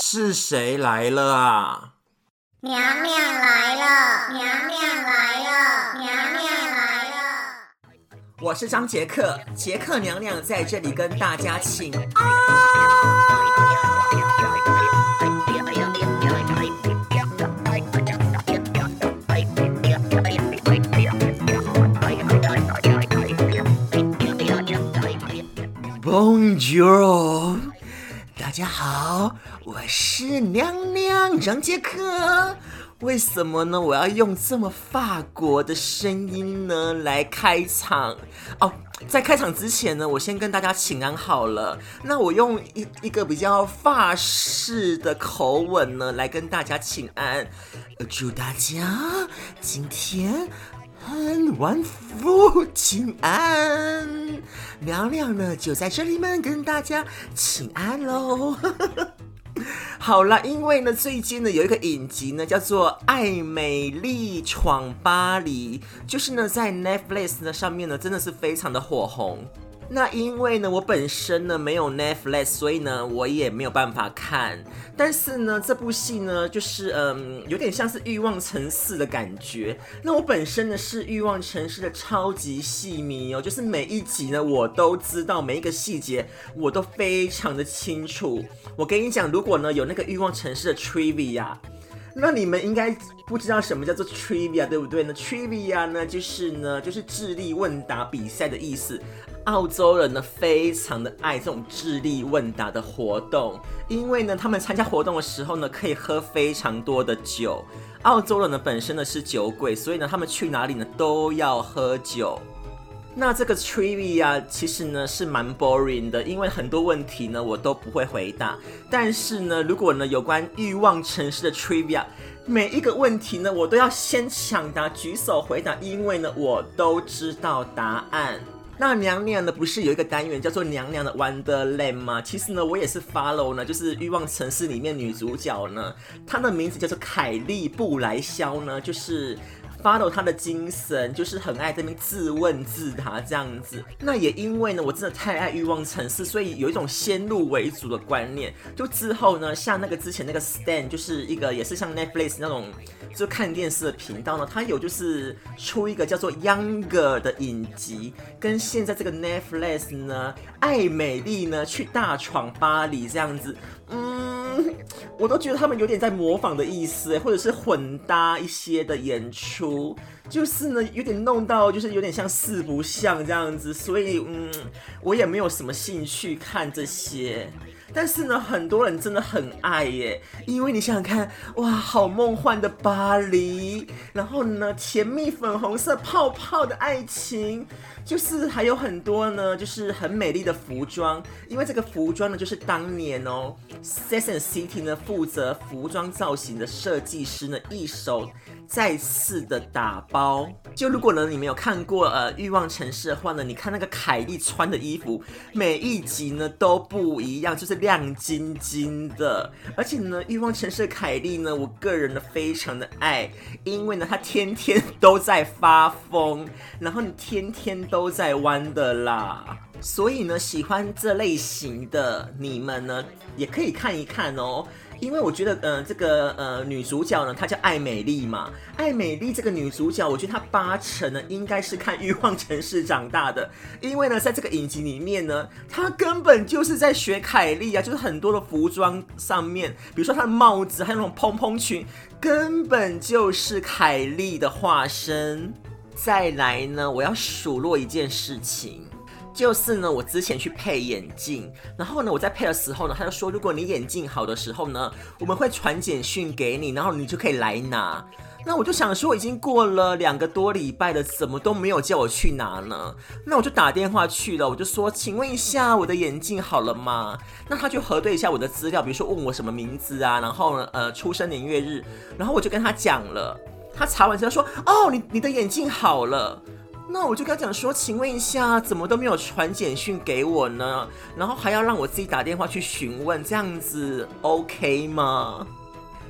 是谁来了啊？ 娘娘来了，娘娘来了，娘娘来了。 我是张杰克，杰克娘娘在这里跟大家请安。Bonjour， 大家好，我是娘娘张杰克。为什么呢？我要用这么法国的声音呢来开场哦。在开场之前呢，我先跟大家请安好了。那我用一个比较法式的口吻呢来跟大家请安，祝大家今天很晚福请安。娘娘呢就在这里面跟大家请安咯。好啦，因为呢最近呢有一个影集呢叫做《爱美丽闯巴黎》，就是呢在 Netflix 呢上面呢真的是非常的火红。那因为呢我本身呢没有 Netflix， 所以呢我也没有办法看。但是呢这部戏呢就是有点像是欲望城市的感觉。那我本身呢是欲望城市的超级戏迷哦，就是每一集呢我都知道，每一个细节我都非常的清楚。我跟你讲，如果呢有那个欲望城市的 trivia， 那你们应该不知道什么叫做 trivia， 对不对呢？ trivia 呢就是智力问答比赛的意思。澳洲人呢非常的爱这种智力问答的活动，因为呢他们参加活动的时候呢可以喝非常多的酒。澳洲人呢本身呢是酒鬼，所以呢他们去哪里呢都要喝酒。那这个 trivia 其实呢是蛮 boring 的，因为很多问题呢我都不会回答。但是呢如果呢有关欲望城市的 trivia， 每一个问题呢我都要先抢答举手回答，因为呢我都知道答案。那娘娘呢不是有一个单元叫做娘娘的 Wonderland 吗？其实呢我也是 follow 呢，就是欲望城市里面女主角呢，她的名字叫做凯莉布莱肖呢，就是follow他的精神，就是很爱这边自问自答这样子。那也因为呢我真的太爱欲望城市，所以有一种先入为主的观念。就之后呢像那个之前那个 Stan， 就是一个也是像 Netflix 那种就看电视的频道呢，它有就是出一个叫做 Younger 的影集，跟现在这个 Netflix 呢爱美丽呢去大闯巴黎这样子。我都觉得他们有点在模仿的意思，或者是混搭一些的演出，就是呢有点弄到就是有点像四不像这样子，所以我也没有什么兴趣看这些。但是呢很多人真的很爱耶，因为你想想看，哇，好梦幻的巴黎，然后呢甜蜜粉红色泡泡的爱情，就是还有很多呢就是很美丽的服装。因为这个服装呢就是当年哦 Sex and City 呢负责服装造型的设计师呢一手再次的打包。就如果呢你没有看过欲望城市的话呢，你看那个凯莉穿的衣服每一集呢都不一样，就是亮晶晶的。而且呢欲望城市的凯莉呢我个人呢非常的爱，因为呢她天天都在发疯，然后你天天都在弯的啦。所以呢喜欢这类型的你们呢也可以看一看哦。因为我觉得这个女主角呢她叫艾美丽嘛，艾美丽这个女主角我觉得她80%呢应该是看欲望城市长大的。因为呢在这个影集里面呢她根本就是在学凯莉啊，就是很多的服装上面，比如说她的帽子还有那种蓬蓬裙，根本就是凯莉的化身。再来呢我要数落一件事情，就是呢我之前去配眼镜，然后呢我在配的时候呢他就说如果你眼镜好的时候呢我们会传简讯给你，然后你就可以来拿。那我就想说已经过了2个多礼拜了，怎么都没有叫我去拿呢？那我就打电话去了，我就说请问一下我的眼镜好了吗？那他就核对一下我的资料，比如说问我什么名字啊，然后呢出生年月日，然后我就跟他讲了。他查完之后说哦你的眼镜好了。那我就跟他讲说请问一下怎么都没有传简讯给我呢？然后还要让我自己打电话去询问，这样子 OK 吗？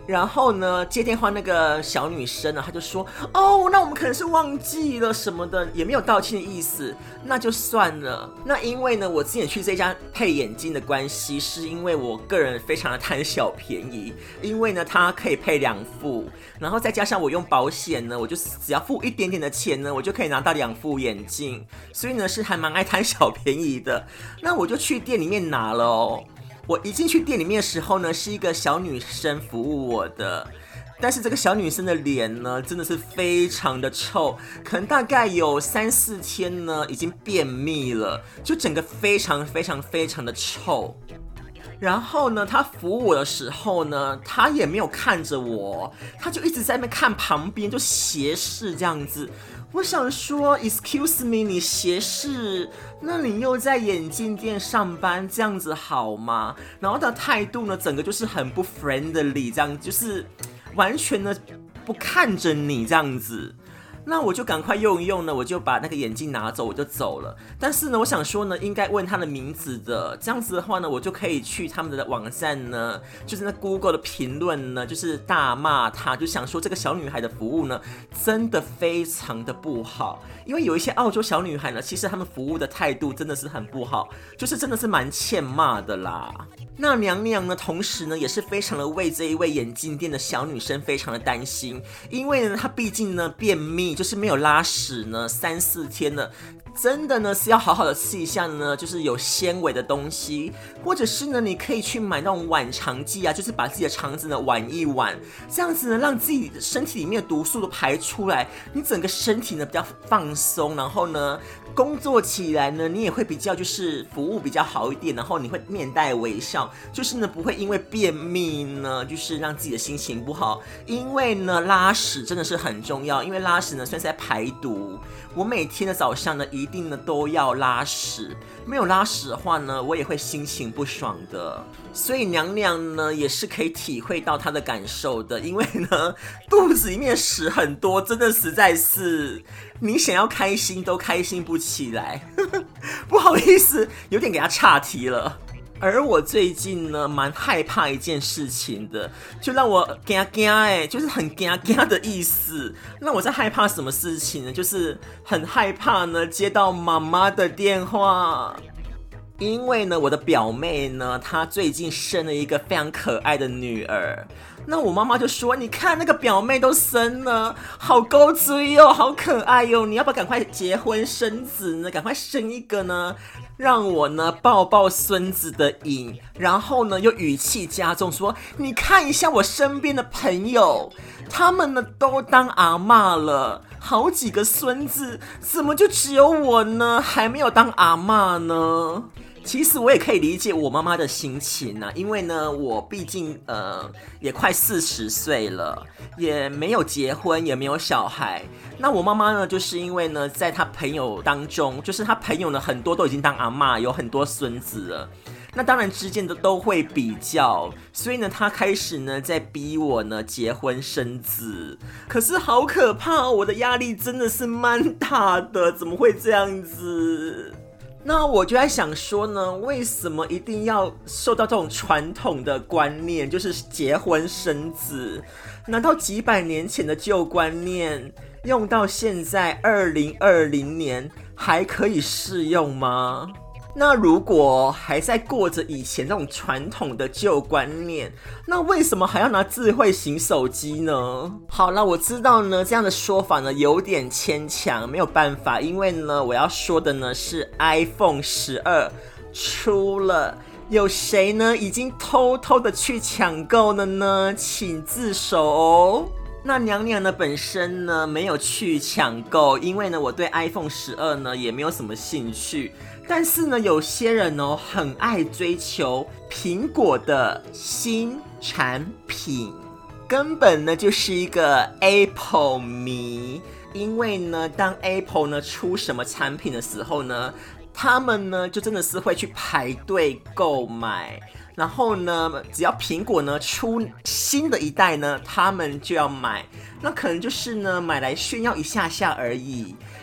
然后呢，接电话那个小女生呢，她就说：“哦，那我们可能是忘记了什么的，也没有道歉的意思，那就算了。”那因为呢，我之前去这家配眼镜的关系，是因为我个人非常的贪小便宜，因为呢，它可以配2副，然后再加上我用保险呢，我就只要付一点点的钱呢，我就可以拿到2副眼镜，所以呢，是还蛮爱贪小便宜的。那我就去店里面拿了哦。我一进去店里面的时候呢，是一个小女生服务我的，但是这个小女生的脸呢，真的是非常的臭，可能大概有3-4天呢，已经便秘了，就整个非常非常非常的臭。然后呢，她服务我的时候呢，她也没有看着我，她就一直在那边看旁边，就斜视这样子。我想说 ，Excuse me， 你斜视，那你又在眼镜店上班，这样子好吗？然后他的态度呢，整个就是很不 friendly， 这样就是完全的不看着你这样子。那我就赶快用一用呢，我就把那个眼镜拿走，我就走了。但是呢，我想说呢，应该问他的名字的，这样子的话呢，我就可以去他们的网站呢，就是那 Google 的评论呢，就是大骂他，就想说这个小女孩的服务呢，真的非常的不好。因为有一些澳洲小女孩呢，其实她们服务的态度真的是很不好，就是真的是蛮欠骂的啦。那娘娘呢，同时呢，也是非常的为这一位眼镜店的小女生非常的担心，因为呢，她毕竟呢便秘，就是没有拉屎呢3-4天了，真的呢是要好好的吃一下呢，就是有纤维的东西，或者是呢，你可以去买那种浣肠剂啊，就是把自己的肠子呢浣一浣，这样子呢，让自己身体里面的毒素都排出来，你整个身体呢比较放松，然后呢，工作起来呢，你也会比较就是服务比较好一点，然后你会面带微笑，就是呢不会因为便秘呢，就是让自己的心情不好，因为呢拉屎真的是很重要，因为拉屎呢算是在排毒。我每天的早上呢，一定呢都要拉屎，没有拉屎的话呢，我也会心情不爽的。所以娘娘呢也是可以体会到她的感受的，因为呢肚子里面屎很多，真的实在是你想要开心都开心不起来。不好意思，有点给她岔题了。而我最近呢，蛮害怕一件事情的，就让我惊惊就是很惊惊的意思。那我在害怕什么事情呢？就是很害怕呢，接到妈妈的电话。因为呢，我的表妹呢，她最近生了一个非常可爱的女儿。那我妈妈就说：“你看那个表妹都生了，好高追哦，好可爱哦，你要不要赶快结婚生子呢？赶快生一个呢，让我呢抱抱孙子的瘾。”然后呢，又语气加重说：“你看一下我身边的朋友，他们呢都当阿嬷了，好几个孙子，怎么就只有我呢还没有当阿嬷呢？”其实我也可以理解我妈妈的心情啊，因为呢，我毕竟也快40岁了，也没有结婚，也没有小孩。那我妈妈呢，就是因为呢，在她朋友当中，就是她朋友呢很多都已经当阿嬷，有很多孙子了。那当然之间的都会比较，所以呢，她开始呢在逼我呢结婚生子。可是好可怕，我的压力真的是蛮大的，怎么会这样子？那我就在想说呢，为什么一定要受到这种传统的观念，就是结婚生子？难道几百年前的旧观念用到现在2020年还可以适用吗？那如果还在过着以前那种传统的旧观念，那为什么还要拿智慧型手机呢？好了，我知道呢，这样的说法呢有点牵强，没有办法，因为呢，我要说的呢是 iPhone 12出了，有谁呢已经偷偷的去抢购了呢？请自首哦。那娘娘呢本身呢没有去抢购，因为呢我对 iPhone 12呢也没有什么兴趣。但是呢，有些人哦很爱追求苹果的新产品，根本呢就是一个 Apple 迷。因为呢，当 Apple 呢出什么产品的时候呢，他们呢就真的是会去排队购买。然后呢，只要苹果呢出新的一代呢，他们就要买。那可能就是呢买来炫耀一下下而已。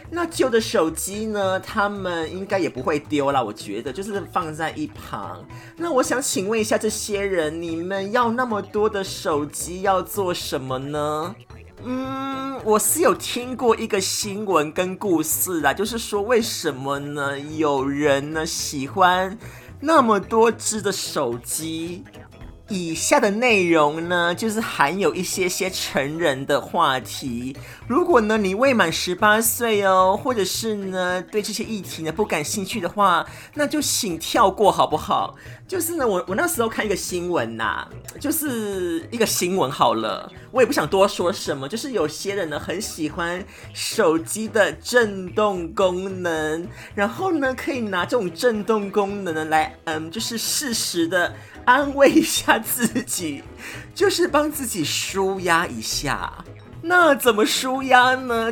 那旧的手机呢，他们应该也不会丢啦，我觉得就是放在一旁。那我想请问一下这些人，你们要那么多的手机要做什么呢？我是有听过一个新闻跟故事啦，就是说为什么呢？有人呢喜欢那么多只的手机。以下的内容呢，就是含有一些成人的话题。如果呢你未满18岁哦，或者是呢对这些议题呢不感兴趣的话，那就请跳过好不好？就是呢我那时候看一个新闻呐，就是一个新闻好了，我也不想多说什么，就是有些人呢很喜欢手机的震动功能，然后呢可以拿这种震动功能呢来就是适时的安慰一下自己，就是帮自己抒压一下。那怎么抒压呢？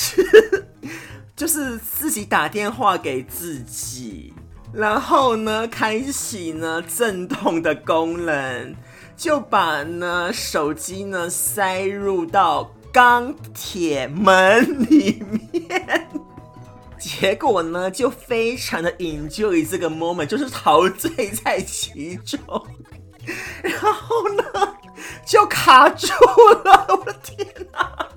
就是自己打电话给自己，然后呢开启呢震动的功能，就把呢手机呢塞入到钢铁门里面。结果呢，就非常的 enjoy 这个 moment， 就是陶醉在其中，然后呢，就卡住了，我的天哪！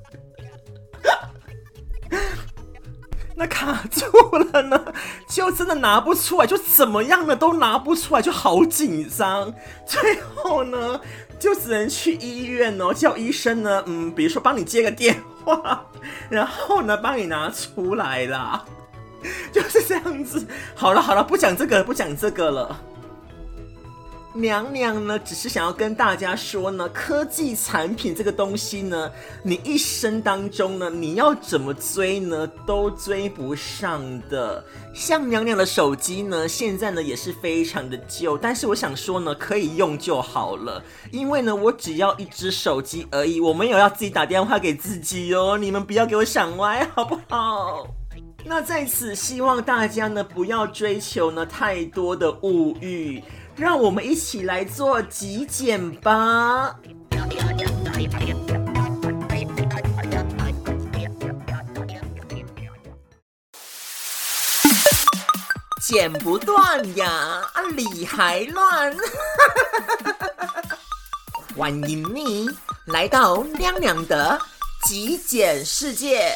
那卡住了呢，就真的拿不出来，就怎么样呢都拿不出来，就好紧张。最后呢，就只能去医院哦，叫医生呢，比如说帮你接个电话，然后呢帮你拿出来啦，就是这样子。好了，不讲这个了。娘娘呢，只是想要跟大家说呢，科技产品这个东西呢，你一生当中呢，你要怎么追呢，都追不上的。像娘娘的手机呢，现在呢也是非常的旧，但是我想说呢，可以用就好了，因为呢，我只要一只手机而已，我没有要自己打电话给自己哦，你们不要给我想歪，好不好？那在此希望大家呢，不要追求呢太多的物欲。让我们一起来做极简吧。剪不断呀，理还乱。欢迎你来到娘娘的极简世界。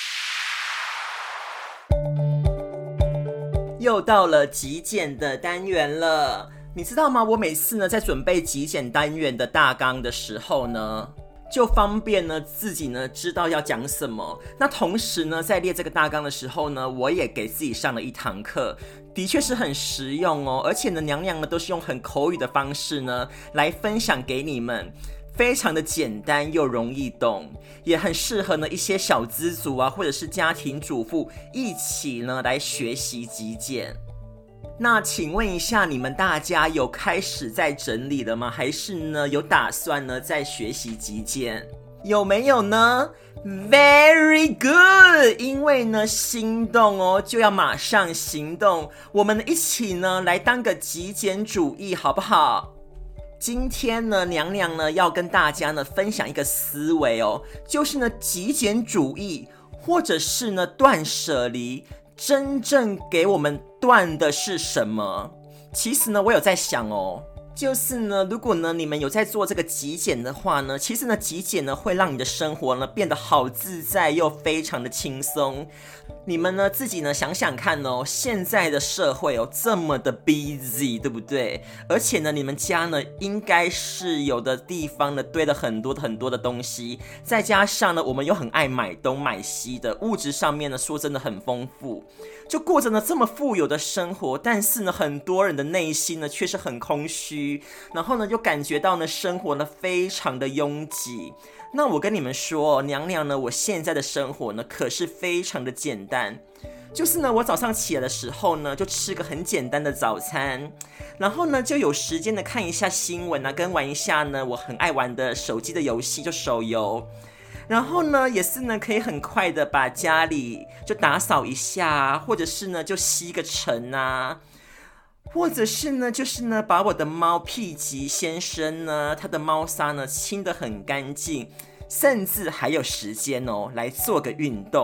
又到了极简的单元了。你知道吗？我每次呢在准备极简单元的大纲的时候呢，就方便呢自己呢知道要讲什么。那同时呢，在列这个大纲的时候呢，我也给自己上了一堂课，的确是很实用哦。而且呢，娘娘呢都是用很口语的方式呢来分享给你们，非常的简单又容易懂，也很适合呢一些小资族啊，或者是家庭主妇一起呢来学习极简。那请问一下，你们大家有开始在整理了吗？还是呢有打算呢在学习极简？有没有呢？ Very good， 因为呢心动哦，就要马上行动。我们一起呢来当个极简主义，好不好？今天呢，娘娘呢要跟大家呢分享一个思维哦，就是呢极简主义或者是呢断舍离，真正给我们断的是什么？其实呢，我有在想哦，就是呢，如果呢你们有在做这个极简的话呢，其实呢极简呢会让你的生活呢变得好自在又非常的轻松。你们呢自己呢想想看哦，现在的社会哦这么的 busy， 对不对？而且呢你们家呢应该是有的地方呢堆了很多的东西，再加上呢我们又很爱买东买西的，物质上面呢说真的很丰富，就过着呢这么富有的生活，但是呢很多人的内心呢却是很空虚，然后呢又感觉到呢生活呢非常的拥挤。那我跟你们说，娘娘呢，我现在的生活呢，可是非常的简单。就是呢，我早上起来的时候呢，就吃个很简单的早餐，然后呢，就有时间的看一下新闻啊，跟玩一下呢，我很爱玩的手机的游戏，就手游。然后呢，也是呢，可以很快的把家里就打扫一下，或者是呢，就吸个尘啊。或者是呢，就是呢，把我的猫屁吉先生呢，他的猫砂呢清得很干净，甚至还有时间哦来做个运动。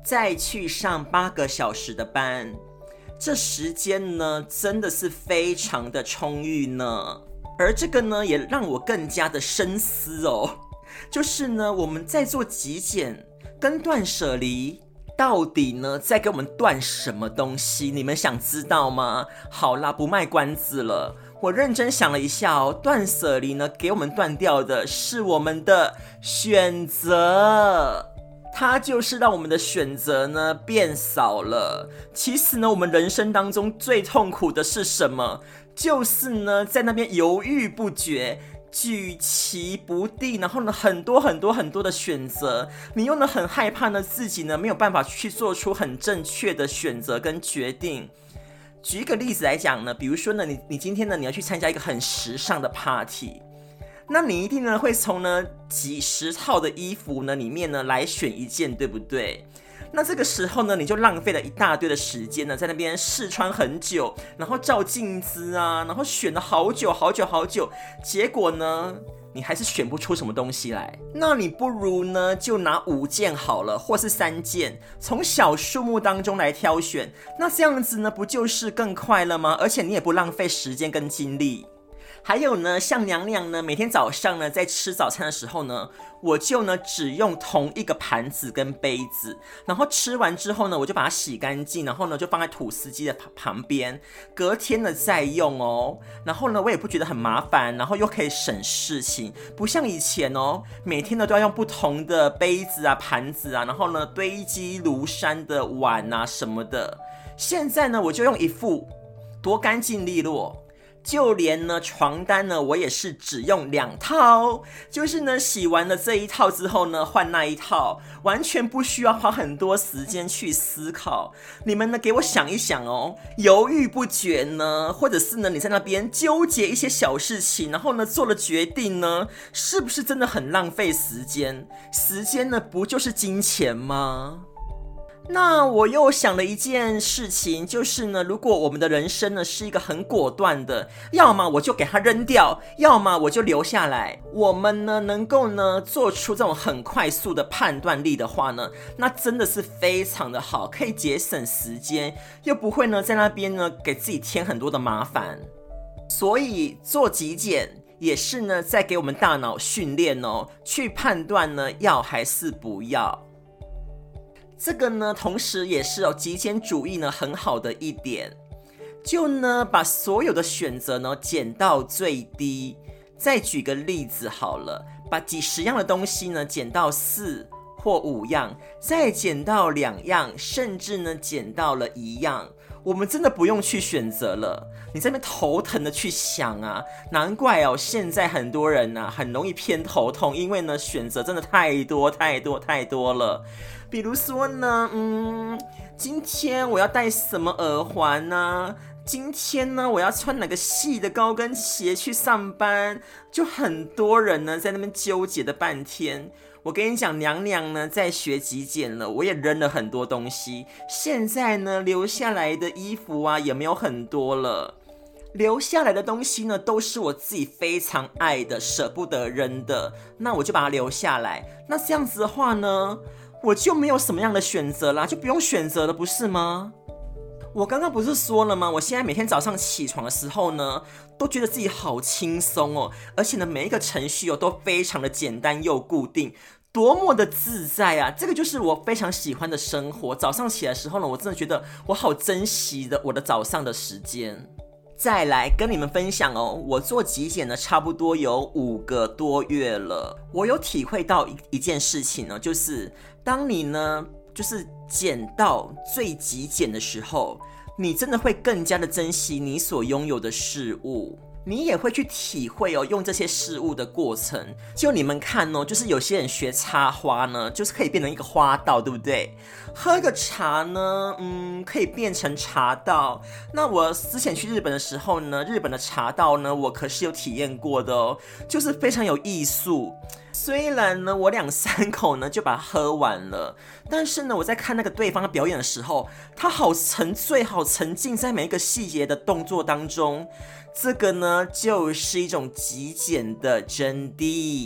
再去上8个小时的班，这时间呢真的是非常的充裕呢。而这个呢也让我更加的深思哦，就是呢我们在做极简跟断舍离，到底呢在给我们断什么东西？你们想知道吗？好啦，不卖关子了，我认真想了一下哦，断舍离呢给我们断掉的是我们的选择，它就是让我们的选择呢变少了。其实呢我们人生当中最痛苦的是什么？就是呢在那边犹豫不决，举棋不定，然后呢很多的选择，你又呢很害怕呢自己呢没有办法去做出很正确的选择跟决定。举一个例子来讲呢，比如说呢你今天呢你要去参加一个很时尚的 party， 那你一定呢会从呢几十套的衣服呢里面呢来选一件，对不对？那这个时候呢，你就浪费了一大堆的时间呢，在那边试穿很久，然后照镜子啊，然后选了好久，结果呢，你还是选不出什么东西来。那你不如呢，就拿5件好了，或是3件，从小数目当中来挑选。那这样子呢，不就是更快了吗？而且你也不浪费时间跟精力。还有呢，像娘娘呢，每天早上呢，在吃早餐的时候呢，我就呢只用同一个盘子跟杯子，然后吃完之后呢，我就把它洗干净，然后呢就放在吐司机的旁边，隔天呢再用哦。然后呢，我也不觉得很麻烦，然后又可以省事情，不像以前哦，每天呢都要用不同的杯子啊、盘子啊，然后呢堆积如山的碗啊什么的。现在呢，我就用一副，多干净利落。就连呢床单呢，我也是只用2套，就是呢洗完了这一套之后呢换那一套，完全不需要花很多时间去思考。你们呢给我想一想哦，犹豫不决呢，或者是呢你在那边纠结一些小事情，然后呢做了决定呢，是不是真的很浪费时间？时间呢不就是金钱吗？那我又想了一件事情，就是呢，如果我们的人生呢是一个很果断的，要么我就给它扔掉，要么我就留下来。我们呢能够呢做出这种很快速的判断力的话呢，那真的是非常的好，可以节省时间，又不会呢在那边呢给自己添很多的麻烦。所以做极简也是呢在给我们大脑训练哦，去判断呢要还是不要。这个呢，同时也是极简主义呢很好的一点，就呢把所有的选择呢减到最低。再举个例子好了，把几十样的东西呢减到4或5样，再减到2样，甚至呢减到了1样。我们真的不用去选择了，你在那边头疼的去想啊，难怪哦，现在很多人啊很容易偏头痛，因为呢选择真的太多了。比如说呢，今天我要戴什么耳环啊？今天呢，我要穿哪个细的高跟鞋去上班？就很多人呢在那边纠结的半天。我跟你讲，娘娘呢在学极简了，我也扔了很多东西。现在呢留下来的衣服啊也没有很多了，留下来的东西呢都是我自己非常爱的，舍不得扔的，那我就把它留下来。那这样子的话呢，我就没有什么样的选择啦，就不用选择了，不是吗？我刚刚不是说了吗？我现在每天早上起床的时候呢，都觉得自己好轻松哦，而且呢，每一个程序哦都非常的简单又固定，多么的自在啊！这个就是我非常喜欢的生活。早上起来的时候呢，我真的觉得我好珍惜的我的早上的时间。再来跟你们分享哦，我做极简呢，差不多有5个多月了。我有体会到一件事情呢，就是当你呢，就是减到最极简的时候，你真的会更加的珍惜你所拥有的事物。你也会去体会哦，用这些事物的过程。就你们看哦，就是有些人学插花呢，就是可以变成一个花道，对不对？喝个茶呢，可以变成茶道。那我之前去日本的时候呢，日本的茶道呢，我可是有体验过的哦，就是非常有艺术。虽然呢，我2、3口呢就把它喝完了，但是呢，我在看那个对方的表演的时候，他好沉醉、好沉浸在每一个细节的动作当中。这个呢，就是一种极简的真谛。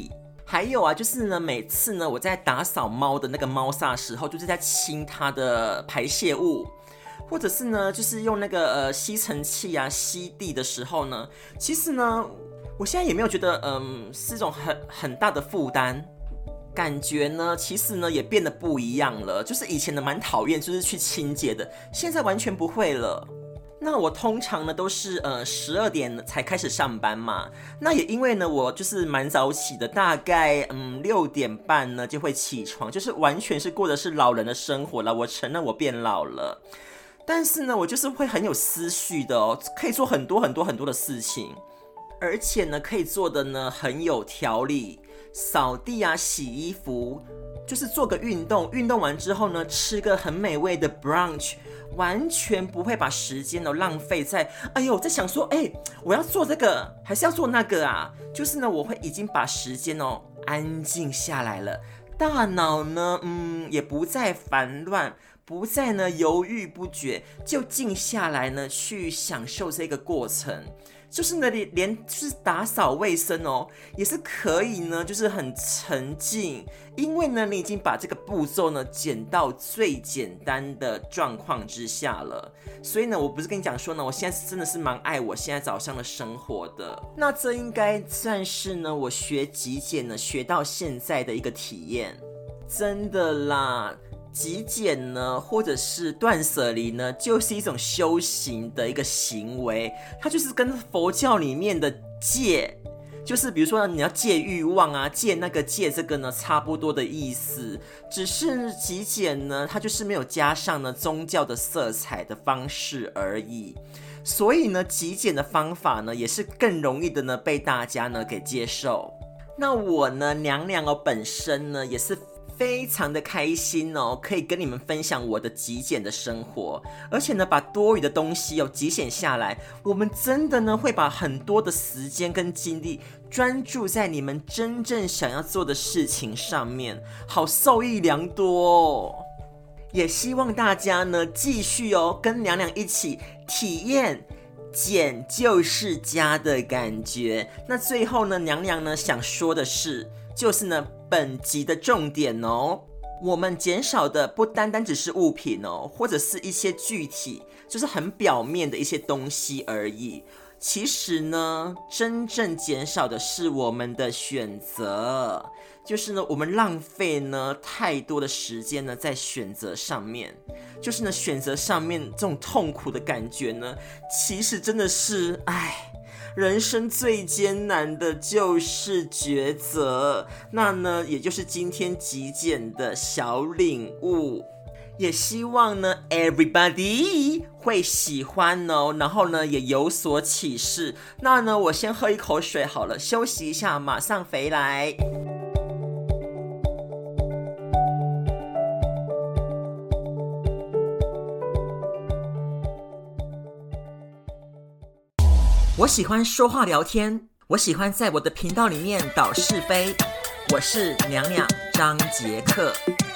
还有啊，就是呢，每次呢我在打扫猫的那个猫砂的时候，就是在清它的排泄物，或者是呢，就是用那个吸尘器啊吸地的时候呢，其实呢，我现在也没有觉得是一种很大的负担。感觉呢，其实呢也变得不一样了。就是以前呢蛮讨厌，就是去清洁的，现在完全不会了。那我通常呢都是12点才开始上班嘛。那也因为呢我就是蛮早起的，大概6点半呢就会起床，就是完全是过的是老人的生活了。我承认我变老了，但是呢我就是会很有思绪的哦，可以做很多的事情，而且呢可以做的呢很有条理。扫地啊，洗衣服，就是做个运动，运动完之后呢，吃个很美味的 brunch， 完全不会把时间浪费在，在想说，我要做这个还是要做那个啊？就是呢，我会已经把时间安静下来了，大脑呢，也不再烦乱，不再呢犹豫不决，就静下来呢，去享受这个过程。就是呢，连就是打扫卫生也是可以呢，就是很沉静，因为呢，你已经把这个步骤呢减到最简单的状况之下了。所以呢，我不是跟你讲说呢，我现在真的是蛮爱我现在早上的生活的。那这应该算是呢，我学极简呢学到现在的一个体验，真的啦。极简呢，或者是断舍离呢，就是一种修行的一个行为，它就是跟佛教里面的戒，就是比如说你要戒欲望啊，戒那个戒这个呢，差不多的意思。只是极简呢，它就是没有加上呢宗教的色彩的方式而已。所以呢，极简的方法呢，也是更容易的呢被大家呢给接受。那我呢，娘娘本身呢，也是非常的开心可以跟你们分享我的极简的生活，而且呢，把多余的东西极简下来，我们真的呢会把很多的时间跟精力专注在你们真正想要做的事情上面，好受益良多也希望大家呢继续跟娘娘一起体验简就是家的感觉。那最后呢，娘娘呢想说的是，就是呢本集的重点我们减少的不单单只是物品或者是一些具体，就是很表面的一些东西而已。其实呢，真正减少的是我们的选择，就是呢，我们浪费呢太多的时间呢在选择上面，就是呢选择上面这种痛苦的感觉呢，其实真的是人生最艰难的就是抉择，那呢，也就是今天极简的小领悟。也希望呢 everybody 会喜欢然后呢也有所启示。那呢，我先喝一口水好了，休息一下，马上回来。我喜欢说话聊天，我喜欢在我的频道里面导是非。我是娘娘张杰克。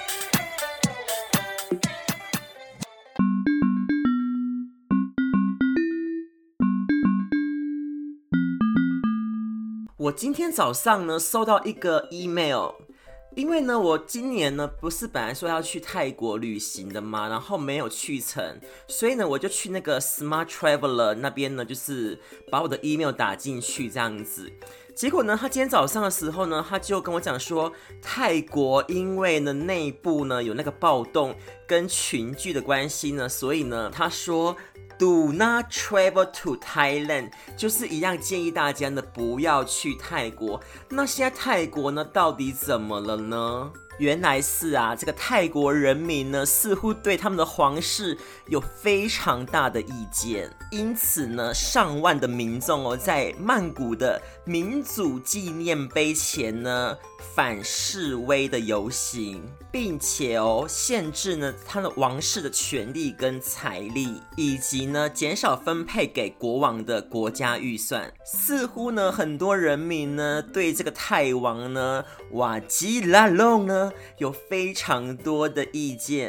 我今天早上呢收到一个 email， 因为呢我今年呢不是本来说要去泰国旅行的嘛，然后没有去成，所以呢我就去那个 Smart Traveler 那边呢，就是把我的 email 打进去这样子。结果呢他今天早上的时候呢，他就跟我讲说，泰国因为呢内部呢有那个暴动跟群聚的关系呢，所以呢他说Do not travel to Thailand， 就是一样建议大家呢不要去泰国。那现在泰国呢到底怎么了呢？原来是这个泰国人民呢似乎对他们的皇室有非常大的意见，因此呢上万的民众在曼谷的民主纪念碑前呢反示威的游行，并且限制呢他的王室的权力跟财力，以及呢减少分配给国王的国家预算。似乎呢很多人民呢对这个泰王呢瓦吉拉隆呢有非常多的意见。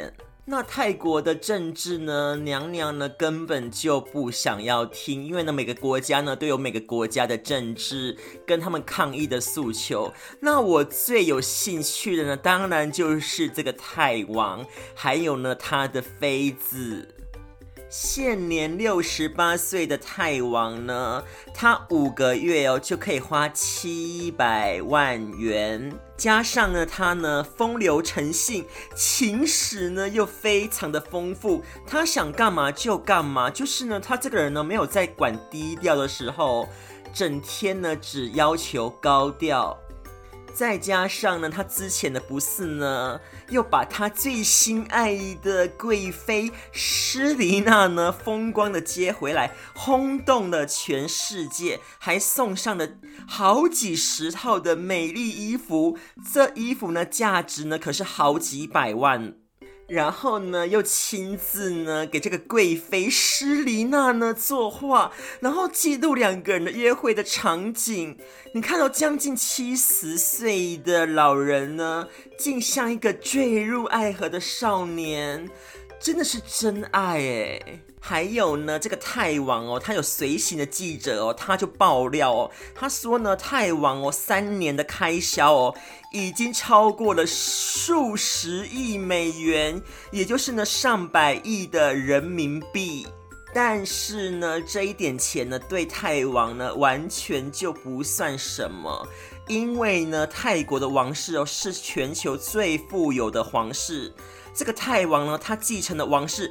那泰国的政治呢，娘娘呢根本就不想要听，因为呢每个国家呢都有每个国家的政治跟他们抗议的诉求。那我最有兴趣的呢，当然就是这个泰王，还有呢他的妃子。现年68岁的泰王呢，他5个月就可以花700万元，加上呢他呢风流成性，情史呢又非常的丰富，他想干嘛就干嘛，就是呢他这个人呢没有在管低调的时候，整天呢只要求高调。再加上呢，他之前的不是呢，又把他最心爱的贵妃诗丽娜呢风光的接回来，轰动了全世界，还送上了好几10套的美丽衣服，这衣服呢价值呢可是好几百万。然后呢，又亲自呢给这个贵妃诗丽娜呢作画，然后记录2个人的约会的场景。你看到将近70岁的老人呢，竟像一个坠入爱河的少年，真的是真爱耶。还有呢，这个泰王他有随行的记者他就爆料他说呢，泰王3年的开销已经超过了数十亿美元，也就是呢上百亿的人民币。但是呢，这一点钱呢，对泰王呢完全就不算什么，因为呢，泰国的王室是全球最富有的皇室。这个泰王呢，他继承了王室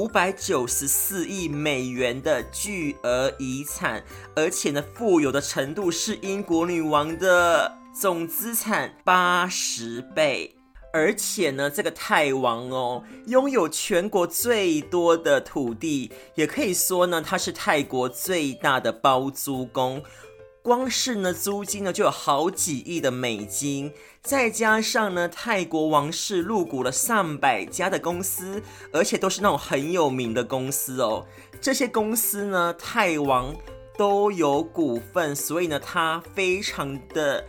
594亿美元的巨额遗产，而且呢，富有的程度是英国女王的总资产80倍。而且呢，这个泰王拥有全国最多的土地，也可以说呢，他是泰国最大的包租公。光是呢租金呢就有好几亿的美金，再加上呢泰国王室入股了上百家的公司，而且都是那种很有名的公司这些公司呢泰王都有股份，所以呢他非常的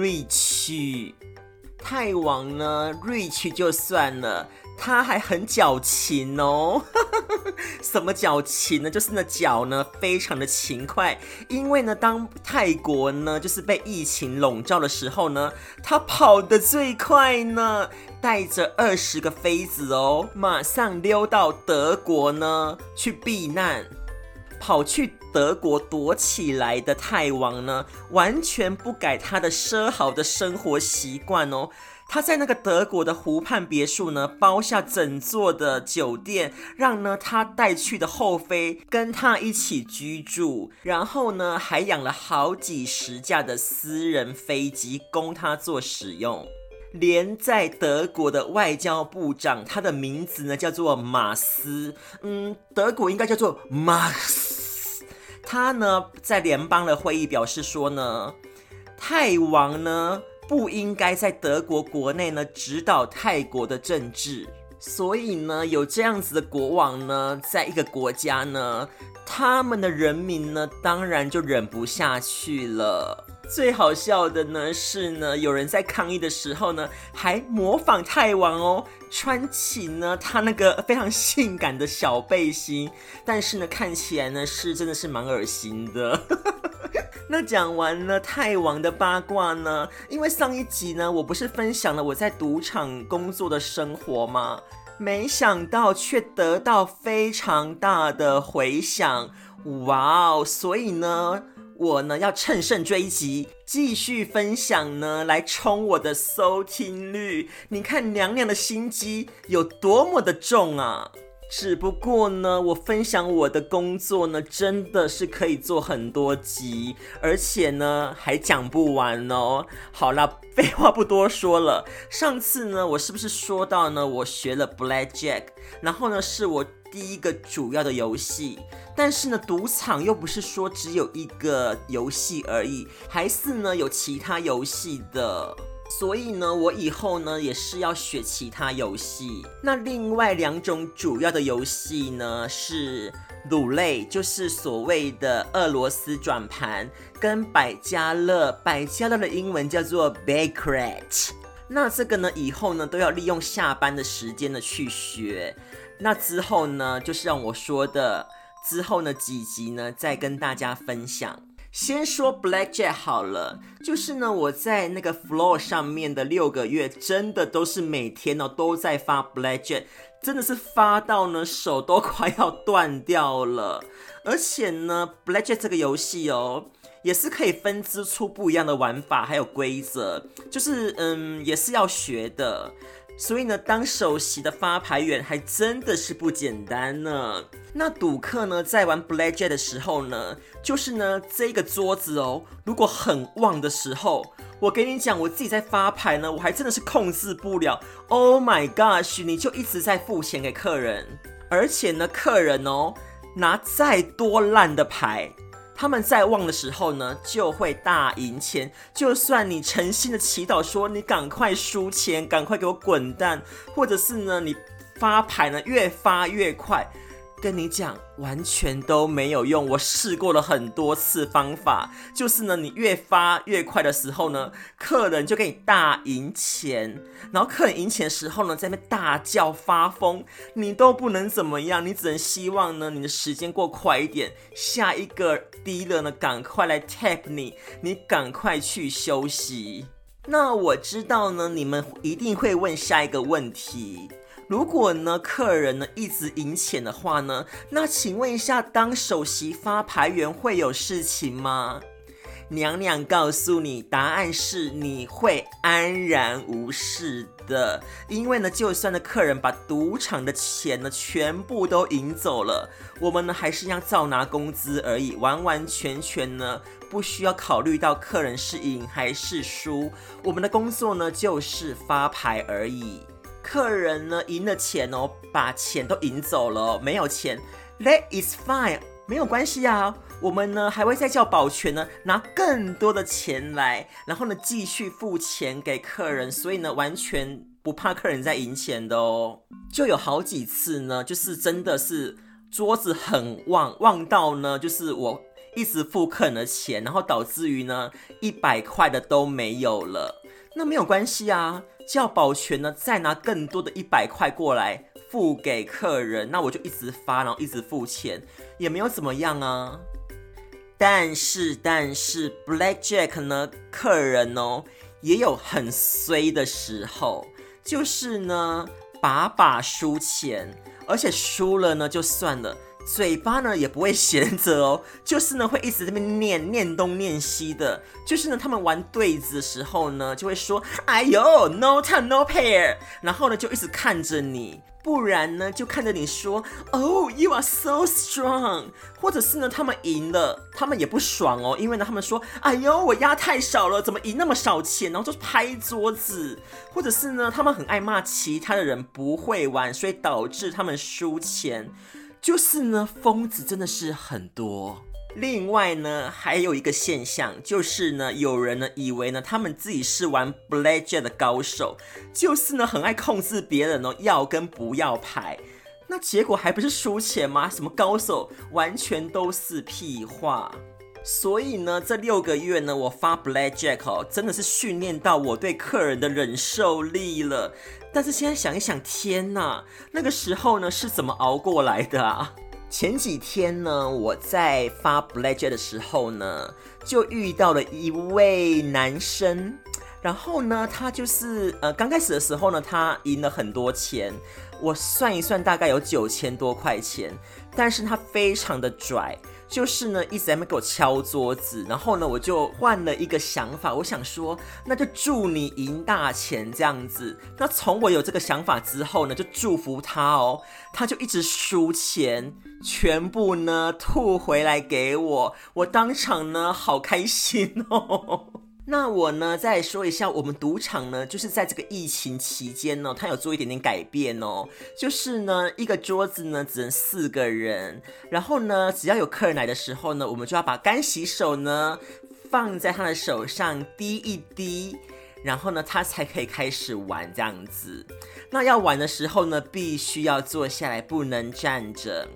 rich。泰王呢 rich 就算了，他还很矫情什么矫情呢？就是呢脚呢非常的勤快，因为呢当泰国呢就是被疫情笼罩的时候呢，他跑得最快呢，带着20个妃子马上溜到德国呢去避难。跑去德国躲起来的泰王呢，完全不改他的奢豪的生活习惯他在那个德国的湖畔别墅呢，包下整座的酒店，让呢他带去的后妃跟他一起居住，然后呢还养了好几10架的私人飞机供他做使用。连在德国的外交部长，他的名字呢叫做马斯，德国应该叫做 Max。他呢在联邦的会议表示说呢，泰王呢不应该在德国国内呢指导泰国的政治。所以呢，有这样子的国王呢，在一个国家呢，他们的人民呢，当然就忍不下去了。最好笑的呢是呢，有人在抗议的时候呢，还模仿泰王穿起呢他那个非常性感的小背心，但是呢，看起来呢是真的是蛮恶心的。那讲完了泰王的八卦呢，因为上一集呢，我不是分享了我在赌场工作的生活吗？没想到却得到非常大的回响，哇所以呢我呢要乘胜追击，继续分享呢，来冲我的收听率。你看娘娘的心机有多么的重啊！只不过呢，我分享我的工作呢，真的是可以做很多集，而且呢还讲不完好啦，废话不多说了。上次呢，我是不是说到呢，我学了 Blackjack， 然后呢是我第一个主要的游戏，但是呢，赌场又不是说只有一个游戏而已，还是呢有其他游戏的。所以呢，我以后呢也是要学其他游戏。那另外2种主要的游戏呢是卤类，就是所谓的俄罗斯转盘，跟百家乐。百家乐的英文叫做 Baccarat。 那这个呢，以后呢都要利用下班的时间呢去学。那之后呢，就是让我说的，之后呢几集呢再跟大家分享。先说 Blackjack 好了，就是呢我在那个 floor 上面的6个月，真的都是每天都在发 Blackjack， 真的是发到呢手都快要断掉了。而且呢 Blackjack 这个游戏也是可以分支出不一样的玩法还有规则，就是也是要学的。所以呢，当首席的发牌员还真的是不简单呢。那赌客呢，在玩 Blackjack 的时候呢，就是呢这个桌子如果很旺的时候，我跟你讲，我自己在发牌呢，我还真的是控制不了。Oh my gosh， 你就一直在付钱给客人，而且呢，客人拿再多烂的牌，他们在旺的时候呢，就会大赢钱。就算你诚心的祈祷说你赶快输钱，赶快给我滚蛋，或者是呢你发牌呢越发越快，跟你讲完全都没有用。我试过了很多次方法，就是呢你越发越快的时候呢，客人就给你大赢钱，然后客人赢钱的时候呢，在那边大叫发疯，你都不能怎么样，你只能希望呢你的时间过快一点，下一个dealer呢赶快来 tap 你赶快去休息。那我知道呢你们一定会问下一个问题，如果呢客人呢一直赢钱的话呢，那请问一下，当首席发牌员会有事情吗？娘娘告诉你，答案是你会安然无事的。因为呢，就算呢客人把赌场的钱呢全部都赢走了，我们呢还是要照拿工资而已，完完全全呢不需要考虑到客人是赢还是输，我们的工作呢就是发牌而已。客人呢赢了钱把钱都赢走了没有钱 ，That is fine， 没有关系啊。我们呢还会再叫保全呢拿更多的钱来，然后呢继续付钱给客人，所以呢完全不怕客人在赢钱的就有好几次呢，就是真的是桌子很旺到呢，就是我一直付客人的钱，然后导致于呢100块的都没有了。那没有关系啊，叫保全呢再拿更多的100块过来付给客人，那我就一直发，然后一直付钱，也没有怎么样啊。但是 Blackjack 呢，客人也有很衰的时候，就是呢把输钱，而且输了呢就算了，嘴巴呢也不会闲着就是呢会一直在那边念东念西的。就是呢他们玩对子的时候呢，就会说哎呦 no time no pair， 然后呢就一直看着你，不然呢就看着你说 Oh you are so strong， 或者是呢他们赢了，他们也不爽因为呢他们说哎呦我压太少了，怎么赢那么少钱，然后就拍桌子，或者是呢他们很爱骂其他的人不会玩，所以导致他们输钱。就是呢疯子真的是很多。另外呢还有一个现象，就是呢有人呢以为呢他们自己是玩 Blackjack 的高手，就是呢很爱控制别人要跟不要牌，那结果还不是输钱吗？什么高手，完全都是屁话。所以呢这6个月呢我发 Blackjack 真的是训练到我对客人的忍受力了。但是现在想一想，天哪，那个时候呢是怎么熬过来的啊？前几天呢我在发 Blackjack 的时候呢，就遇到了一位男生，然后呢他就是刚开始的时候呢他赢了很多钱，我算一算大概有9000多块钱，但是他非常的拽，就是呢一直在那边给我敲桌子，然后呢我就换了一个想法，我想说那就祝你赢大钱这样子。那从我有这个想法之后呢，就祝福他他就一直输钱，全部呢吐回来给我，我当场呢好开心那我呢再说一下，我们赌场呢就是在这个疫情期间呢，它有做一点点改变就是呢一个桌子呢只能4个人，然后呢只要有客人来的时候呢，我们就要把干洗手呢放在他的手上滴一滴，然后呢他才可以开始玩这样子。那要玩的时候呢必须要坐下来，不能站着。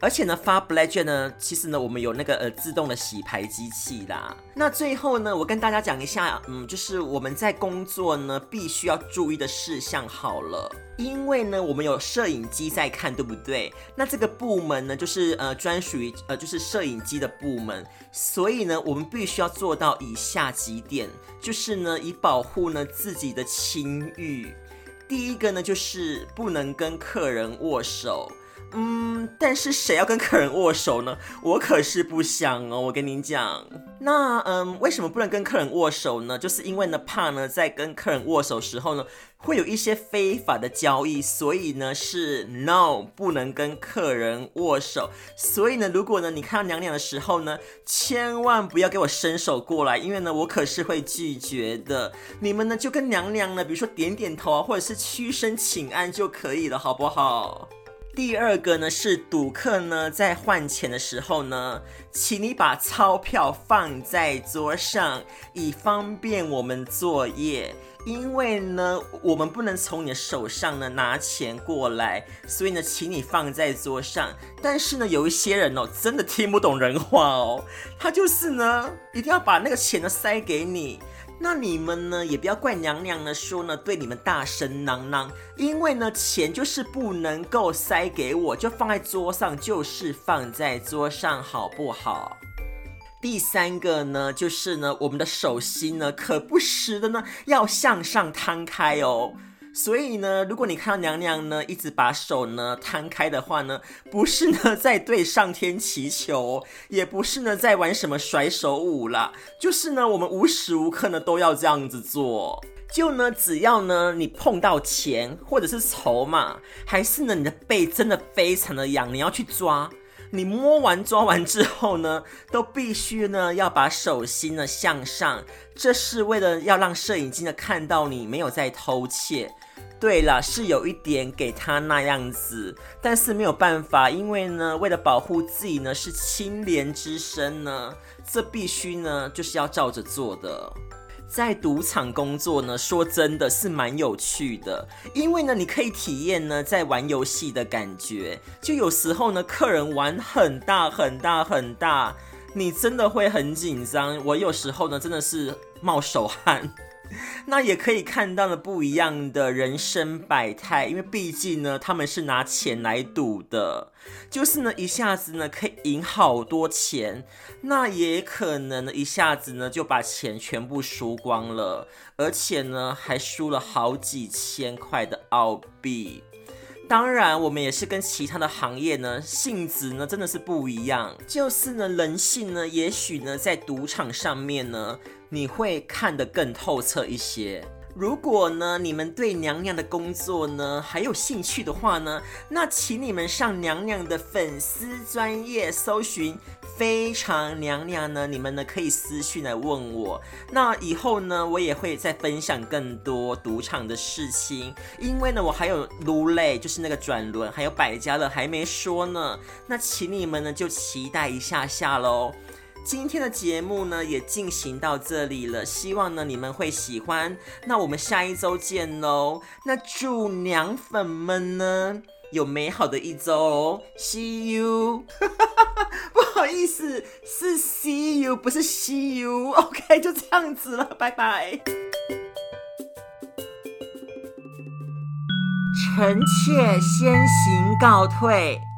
而且呢发 Blackjack 呢，其实呢我们有那个自动的洗牌机器啦。那最后呢，我跟大家讲一下，就是我们在工作呢必须要注意的事项好了。因为呢我们有摄影机在看，对不对？那这个部门呢就是专属于就是摄影机的部门，所以呢我们必须要做到以下几点，就是呢以保护呢自己的清誉。第一个呢就是不能跟客人握手。但是谁要跟客人握手呢？我可是不想哦，我跟你讲。那为什么不能跟客人握手呢？就是因为呢怕呢在跟客人握手时候呢会有一些非法的交易，所以呢是 no 不能跟客人握手。所以呢如果呢你看到娘娘的时候呢，千万不要给我伸手过来，因为呢我可是会拒绝的。你们呢就跟娘娘呢比如说点点头啊，或者是屈身请安就可以了，好不好？第二个呢是赌客呢在换钱的时候呢，请你把钞票放在桌上，以方便我们作业。因为呢我们不能从你的手上呢拿钱过来，所以呢请你放在桌上。但是呢有一些人哦真的听不懂人话哦，他就是呢一定要把那个钱呢塞给你。那你们呢也不要怪娘娘呢说呢对你们大声嚷嚷，因为呢钱就是不能够塞给我，就放在桌上，就是放在桌上，好不好？第三个呢就是呢我们的手心呢可不时的呢要向上摊开哦。所以呢如果你看到娘娘呢一直把手呢摊开的话呢，不是呢在对上天祈求，也不是呢在玩什么甩手舞啦，就是呢我们无时无刻呢都要这样子做。就呢只要呢你碰到钱或者是筹码，还是呢你的背真的非常的痒，你要去抓，你摸完抓完之后呢，都必须呢要把手心呢向上，这是为了要让摄影机呢看到你没有在偷窃。对啦，是有一点给他那样子，但是没有办法，因为呢为了保护自己呢是清廉之身呢，这必须呢就是要照着做的。在赌场工作呢，说真的是蛮有趣的，因为呢，你可以体验呢在玩游戏的感觉。就有时候呢，客人玩很大很大很大，你真的会很紧张。我有时候呢，真的是冒手汗。那也可以看到了不一样的人生百态，因为毕竟呢他们是拿钱来赌的，就是呢一下子呢可以赢好多钱，那也可能呢一下子呢就把钱全部输光了，而且呢还输了好几千块的澳币。当然我们也是跟其他的行业呢性质呢真的是不一样，就是呢人性呢也许呢在赌场上面呢你会看得更透彻一些。如果呢你们对娘娘的工作呢还有兴趣的话呢，那请你们上娘娘的粉丝专页搜寻非常娘娘呢，你们呢可以私讯来问我。那以后呢我也会再分享更多赌场的事情，因为呢我还有撸类，就是那个转轮，还有百家乐还没说呢，那请你们呢就期待一下下咯。今天的节目呢也进行到这里了，希望呢你们会喜欢，那我们下一周见咯。那祝娘粉们呢有美好的一周哦 See you 不好意思，是 see you 不是 see you。 OK 就这样子了，拜拜。臣妾先行告退。